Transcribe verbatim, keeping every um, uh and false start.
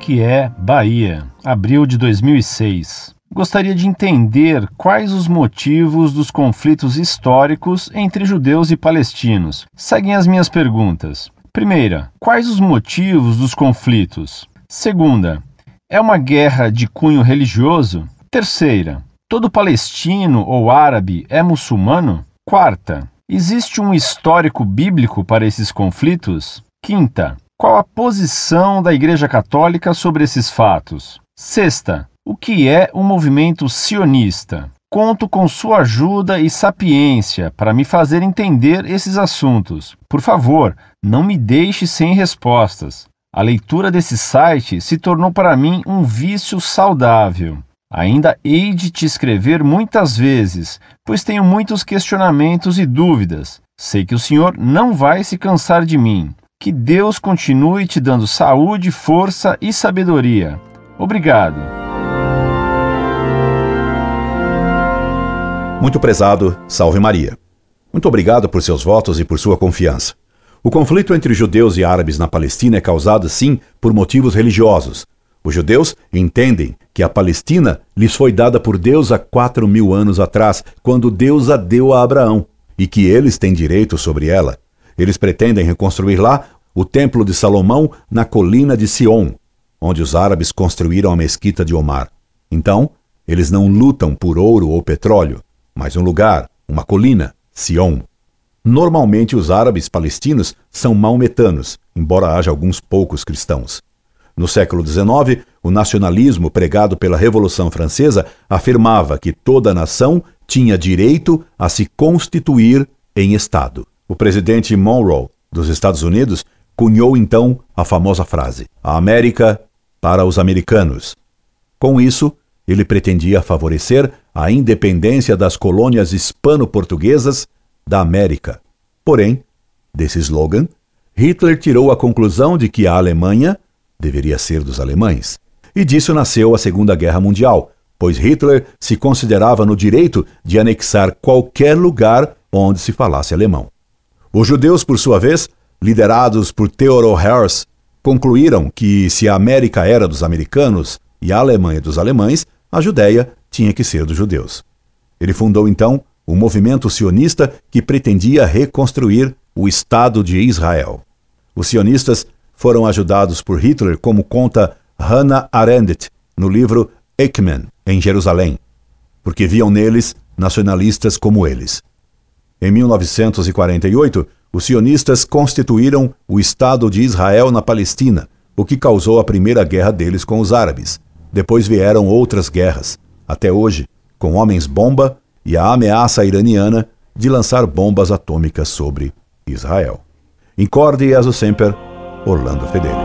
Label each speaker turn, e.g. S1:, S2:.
S1: Jequié, Bahia, abril de dois mil e seis. Gostaria de entender quais os motivos dos conflitos históricos entre judeus e palestinos. Seguem as minhas perguntas. Primeira, quais os motivos dos conflitos? Segunda, é uma guerra de cunho religioso? Terceira, todo palestino ou árabe é muçulmano? Quarta, existe um histórico bíblico para esses conflitos? Quinta, qual a posição da Igreja Católica sobre esses fatos? Sexta, o que é o movimento sionista? Conto com sua ajuda e sapiência para me fazer entender esses assuntos. Por favor, não me deixe sem respostas. A leitura desse site se tornou para mim um vício saudável. Ainda hei de te escrever muitas vezes, pois tenho muitos questionamentos e dúvidas. Sei que o Senhor não vai se cansar de mim. Que Deus continue te dando saúde, força e sabedoria. Obrigado.
S2: Muito prezado, salve Maria. Muito obrigado por seus votos e por sua confiança. O conflito entre judeus e árabes na Palestina é causado, sim, por motivos religiosos. Os judeus entendem que a Palestina lhes foi dada por Deus há quatro mil anos atrás, quando Deus a deu a Abraão, e que eles têm direito sobre ela. Eles pretendem reconstruir lá o Templo de Salomão na colina de Sion, onde os árabes construíram a mesquita de Omar. Então, eles não lutam por ouro ou petróleo, mas um lugar, uma colina, Sion. Normalmente os árabes palestinos são maometanos, embora haja alguns poucos cristãos. No século dezenove, o nacionalismo pregado pela Revolução Francesa afirmava que toda nação tinha direito a se constituir em Estado. O presidente Monroe, dos Estados Unidos, cunhou então a famosa frase: "A América para os americanos". Com isso, ele pretendia favorecer a independência das colônias hispano-portuguesas da América. Porém, desse slogan, Hitler tirou a conclusão de que a Alemanha deveria ser dos alemães. E disso nasceu a Segunda Guerra Mundial, pois Hitler se considerava no direito de anexar qualquer lugar onde se falasse alemão. Os judeus, por sua vez, liderados por Theodor Herzl, concluíram que se a América era dos americanos e a Alemanha dos alemães, a Judéia tinha que ser dos judeus. Ele fundou então o movimento sionista que pretendia reconstruir o Estado de Israel. Os sionistas foram ajudados por Hitler, como conta Hannah Arendt no livro Eichmann, em Jerusalém, porque viam neles nacionalistas como eles. Em mil novecentos e quarenta e oito, os sionistas constituíram o Estado de Israel na Palestina, o que causou a primeira guerra deles com os árabes. Depois vieram outras guerras, até hoje, com homens-bomba e a ameaça iraniana de lançar bombas atômicas sobre Israel. Incorde e aso semper, Orlando Fedeli.